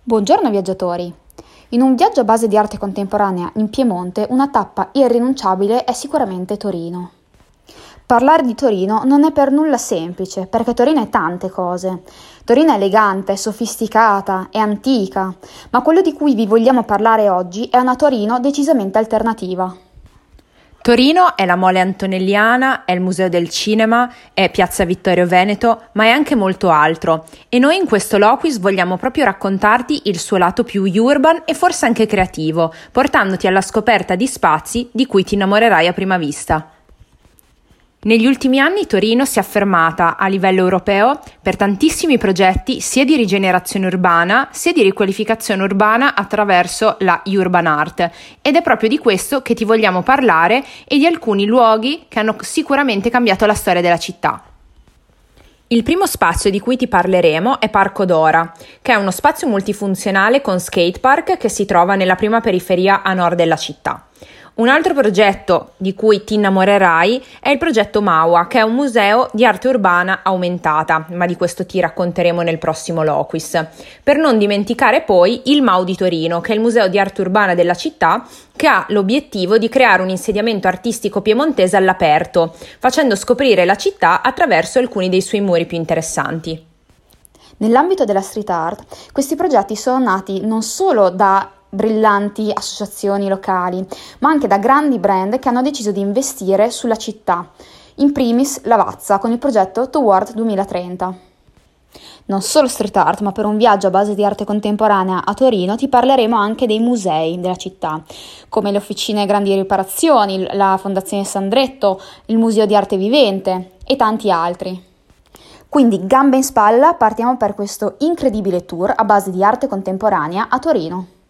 Buongiorno viaggiatori! In un viaggio a base di arte contemporanea in Piemonte, una tappa irrinunciabile è sicuramente Torino. Parlare di Torino non è per nulla semplice, perché Torino è tante cose. Torino è elegante, è sofisticata, è antica, ma quello di cui vi vogliamo parlare oggi è una Torino decisamente alternativa. Torino è la Mole Antonelliana, è il Museo del Cinema, è Piazza Vittorio Veneto, ma è anche molto altro. E noi in questo Loquis vogliamo proprio raccontarti il suo lato più urban e forse anche creativo, portandoti alla scoperta di spazi di cui ti innamorerai a prima vista. Negli ultimi anni Torino si è affermata a livello europeo per tantissimi progetti sia di rigenerazione urbana sia di riqualificazione urbana attraverso la urban art, ed è proprio di questo che ti vogliamo parlare e di alcuni luoghi che hanno sicuramente cambiato la storia della città. Il primo spazio di cui ti parleremo è Parco Dora, che è uno spazio multifunzionale con skatepark che si trova nella prima periferia a nord della città. Un altro progetto di cui ti innamorerai è il progetto MAUA, che è un museo di arte urbana aumentata, ma di questo ti racconteremo nel prossimo Loquis. Per non dimenticare poi il MAU di Torino, che è il museo di arte urbana della città, che ha l'obiettivo di creare un insediamento artistico piemontese all'aperto, facendo scoprire la città attraverso alcuni dei suoi muri più interessanti. Nell'ambito della street art, questi progetti sono nati non solo da brillanti associazioni locali, ma anche da grandi brand che hanno deciso di investire sulla città, in primis Lavazza con il progetto Toward 2030. Non solo street art, ma per un viaggio a base di arte contemporanea a Torino ti parleremo anche dei musei della città, come le officine grandi riparazioni, la Fondazione Sandretto, il Museo di Arte Vivente e tanti altri. Quindi gambe in spalla partiamo per questo incredibile tour a base di arte contemporanea a Torino.